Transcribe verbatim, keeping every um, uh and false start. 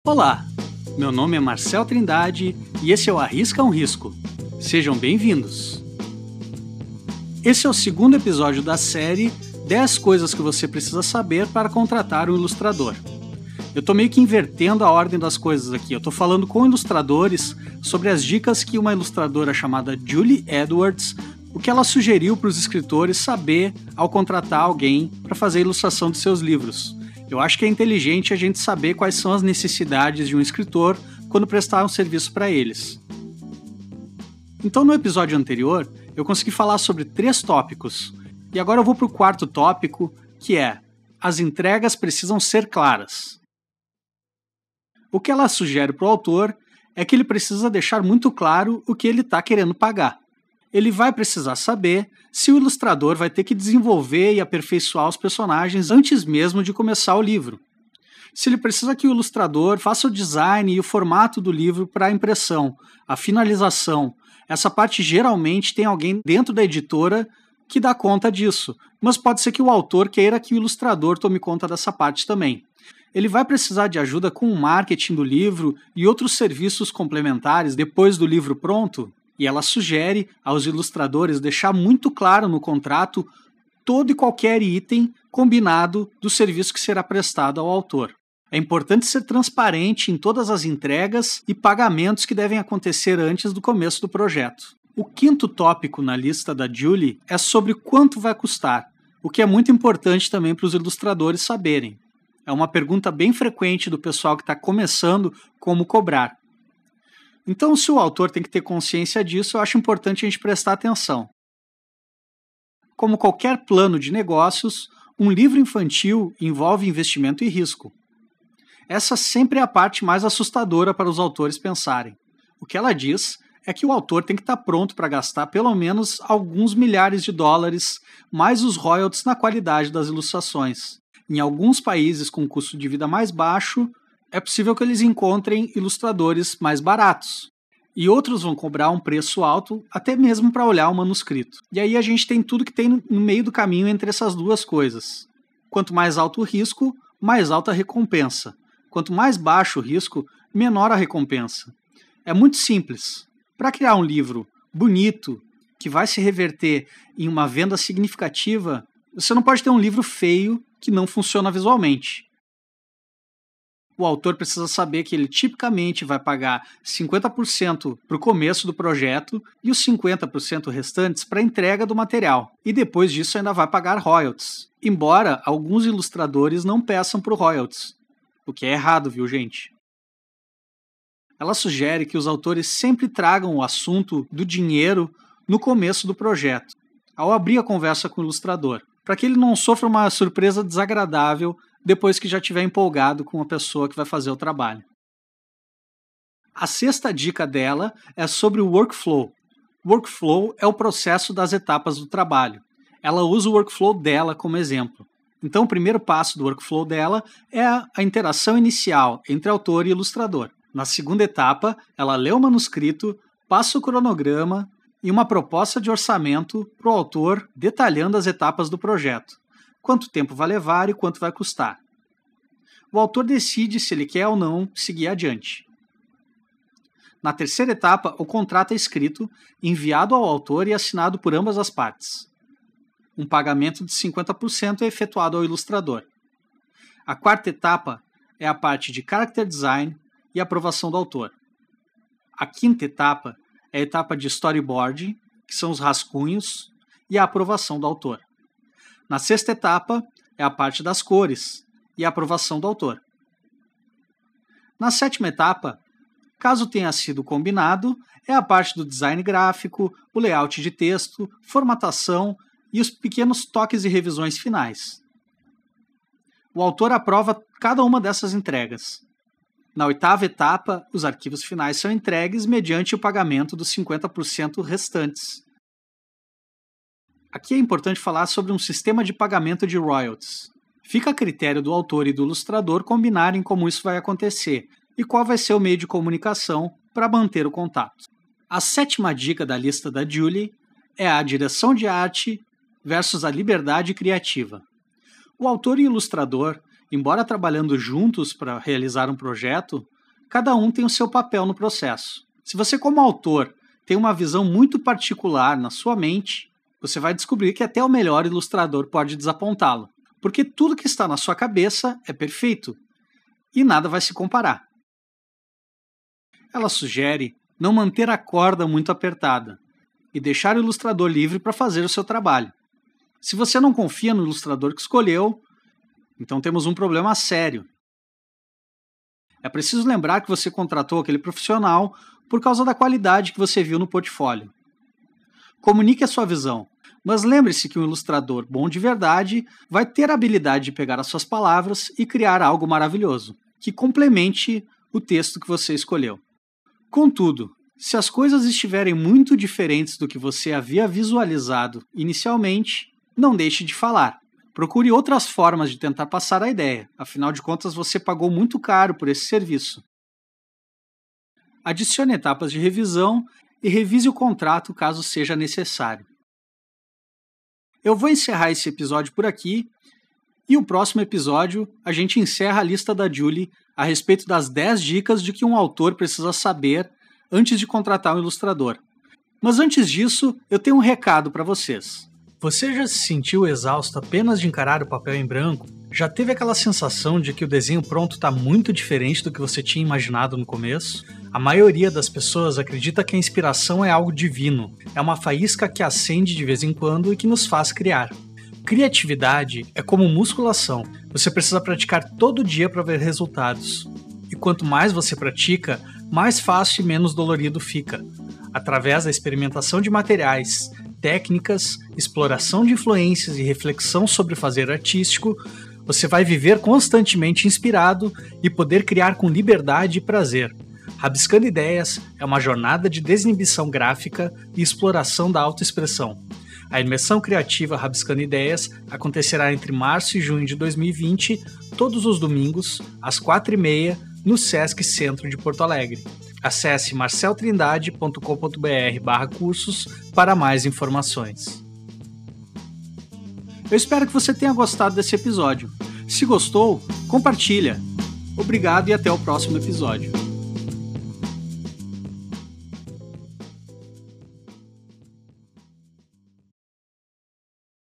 Olá, meu nome é Marcel Trindade e esse é o Arrisca um Risco. Sejam bem-vindos. Esse é o segundo episódio da série dez coisas que você precisa saber para contratar um ilustrador. Eu tô meio que invertendo a ordem das coisas aqui. Eu tô falando com ilustradores sobre as dicas que uma ilustradora chamada Julie Edwards, o que ela sugeriu para os escritores saber ao contratar alguém para fazer a ilustração de seus livros. Eu acho que é inteligente a gente saber quais são as necessidades de um escritor quando prestar um serviço para eles. Então, no episódio anterior, eu consegui falar sobre três tópicos, e agora eu vou para o quarto tópico, que é: as entregas precisam ser claras. O que ela sugere para o autor é que ele precisa deixar muito claro o que ele está querendo pagar. Ele vai precisar saber se o ilustrador vai ter que desenvolver e aperfeiçoar os personagens antes mesmo de começar o livro. Se ele precisa que o ilustrador faça o design e o formato do livro para a impressão, a finalização. Essa parte geralmente tem alguém dentro da editora que dá conta disso, mas pode ser que o autor queira que o ilustrador tome conta dessa parte também. Ele vai precisar de ajuda com o marketing do livro e outros serviços complementares depois do livro pronto. E ela sugere aos ilustradores deixar muito claro no contrato todo e qualquer item combinado do serviço que será prestado ao autor. É importante ser transparente em todas as entregas e pagamentos que devem acontecer antes do começo do projeto. O quinto tópico na lista da Julie é sobre quanto vai custar, o que é muito importante também para os ilustradores saberem. É uma pergunta bem frequente do pessoal que está começando como cobrar. Então, se o autor tem que ter consciência disso, eu acho importante a gente prestar atenção. Como qualquer plano de negócios, um livro infantil envolve investimento e risco. Essa sempre é a parte mais assustadora para os autores pensarem. O que ela diz é que o autor tem que estar pronto para gastar pelo menos alguns milhares de dólares, mais os royalties na qualidade das ilustrações. Em alguns países com custo de vida mais baixo, é possível que eles encontrem ilustradores mais baratos. E outros vão cobrar um preço alto, até mesmo para olhar o manuscrito. E aí a gente tem tudo que tem no meio do caminho entre essas duas coisas. Quanto mais alto o risco, mais alta a recompensa. Quanto mais baixo o risco, menor a recompensa. É muito simples. Para criar um livro bonito, que vai se reverter em uma venda significativa, você não pode ter um livro feio que não funciona visualmente. O autor precisa saber que ele tipicamente vai pagar cinquenta por cento para o começo do projeto e os cinquenta por cento restantes para a entrega do material. E depois disso ainda vai pagar royalties. Embora alguns ilustradores não peçam por royalties. O que é errado, viu, gente? Ela sugere que os autores sempre tragam o assunto do dinheiro no começo do projeto, ao abrir a conversa com o ilustrador, para que ele não sofra uma surpresa desagradável depois que já estiver empolgado com a pessoa que vai fazer o trabalho. A sexta dica dela é sobre o workflow. Workflow é o processo das etapas do trabalho. Ela usa o workflow dela como exemplo. Então, o primeiro passo do workflow dela é a interação inicial entre autor e ilustrador. Na segunda etapa, ela lê o manuscrito, passa o cronograma e uma proposta de orçamento para o autor detalhando as etapas do projeto. Quanto tempo vai levar e quanto vai custar. O autor decide se ele quer ou não seguir adiante. Na terceira etapa, o contrato é escrito, enviado ao autor e assinado por ambas as partes. Um pagamento de cinquenta por cento é efetuado ao ilustrador. A quarta etapa é a parte de character design e aprovação do autor. A quinta etapa é a etapa de storyboard, que são os rascunhos, e a aprovação do autor. Na sexta etapa, é a parte das cores e a aprovação do autor. Na sétima etapa, caso tenha sido combinado, é a parte do design gráfico, o layout de texto, formatação e os pequenos toques e revisões finais. O autor aprova cada uma dessas entregas. Na oitava etapa, os arquivos finais são entregues mediante o pagamento dos cinquenta por cento restantes. Aqui é importante falar sobre um sistema de pagamento de royalties. Fica a critério do autor e do ilustrador combinarem como isso vai acontecer e qual vai ser o meio de comunicação para manter o contato. A sétima dica da lista da Julie é a direção de arte versus a liberdade criativa. O autor e o ilustrador embora trabalhando juntos para realizar um projeto, cada um tem o seu papel no processo. Se você, como autor, tem uma visão muito particular na sua mente, você vai descobrir que até o melhor ilustrador pode desapontá-lo, porque tudo que está na sua cabeça é perfeito e nada vai se comparar. Ela sugere não manter a corda muito apertada e deixar o ilustrador livre para fazer o seu trabalho. Se você não confia no ilustrador que escolheu, então temos um problema sério. É preciso lembrar que você contratou aquele profissional por causa da qualidade que você viu no portfólio. Comunique a sua visão, mas lembre-se que um ilustrador bom de verdade vai ter a habilidade de pegar as suas palavras e criar algo maravilhoso, que complemente o texto que você escolheu. Contudo, se as coisas estiverem muito diferentes do que você havia visualizado inicialmente, não deixe de falar. Procure outras formas de tentar passar a ideia, afinal de contas você pagou muito caro por esse serviço. Adicione etapas de revisão e revise o contrato caso seja necessário. Eu vou encerrar esse episódio por aqui e o próximo episódio a gente encerra a lista da Julie a respeito das dez dicas de que um autor precisa saber antes de contratar um ilustrador. Mas antes disso, eu tenho um recado para vocês. Você já se sentiu exausto apenas de encarar o papel em branco? Já teve aquela sensação de que o desenho pronto está muito diferente do que você tinha imaginado no começo? A maioria das pessoas acredita que a inspiração é algo divino, é uma faísca que acende de vez em quando e que nos faz criar. Criatividade é como musculação, você precisa praticar todo dia para ver resultados. E quanto mais você pratica, mais fácil e menos dolorido fica. Através da experimentação de materiais, técnicas, exploração de influências e reflexão sobre o fazer artístico, você vai viver constantemente inspirado e poder criar com liberdade e prazer. Rabiscando Ideias é uma jornada de desinibição gráfica e exploração da autoexpressão. A imersão criativa Rabiscando Ideias acontecerá entre março e junho de dois mil e vinte, todos os domingos, às quatro e meia, no Sesc Centro de Porto Alegre. Acesse marcel trindade ponto com ponto br barra cursos para mais informações. Eu espero que você tenha gostado desse episódio. Se gostou, compartilha. Obrigado e até o próximo episódio.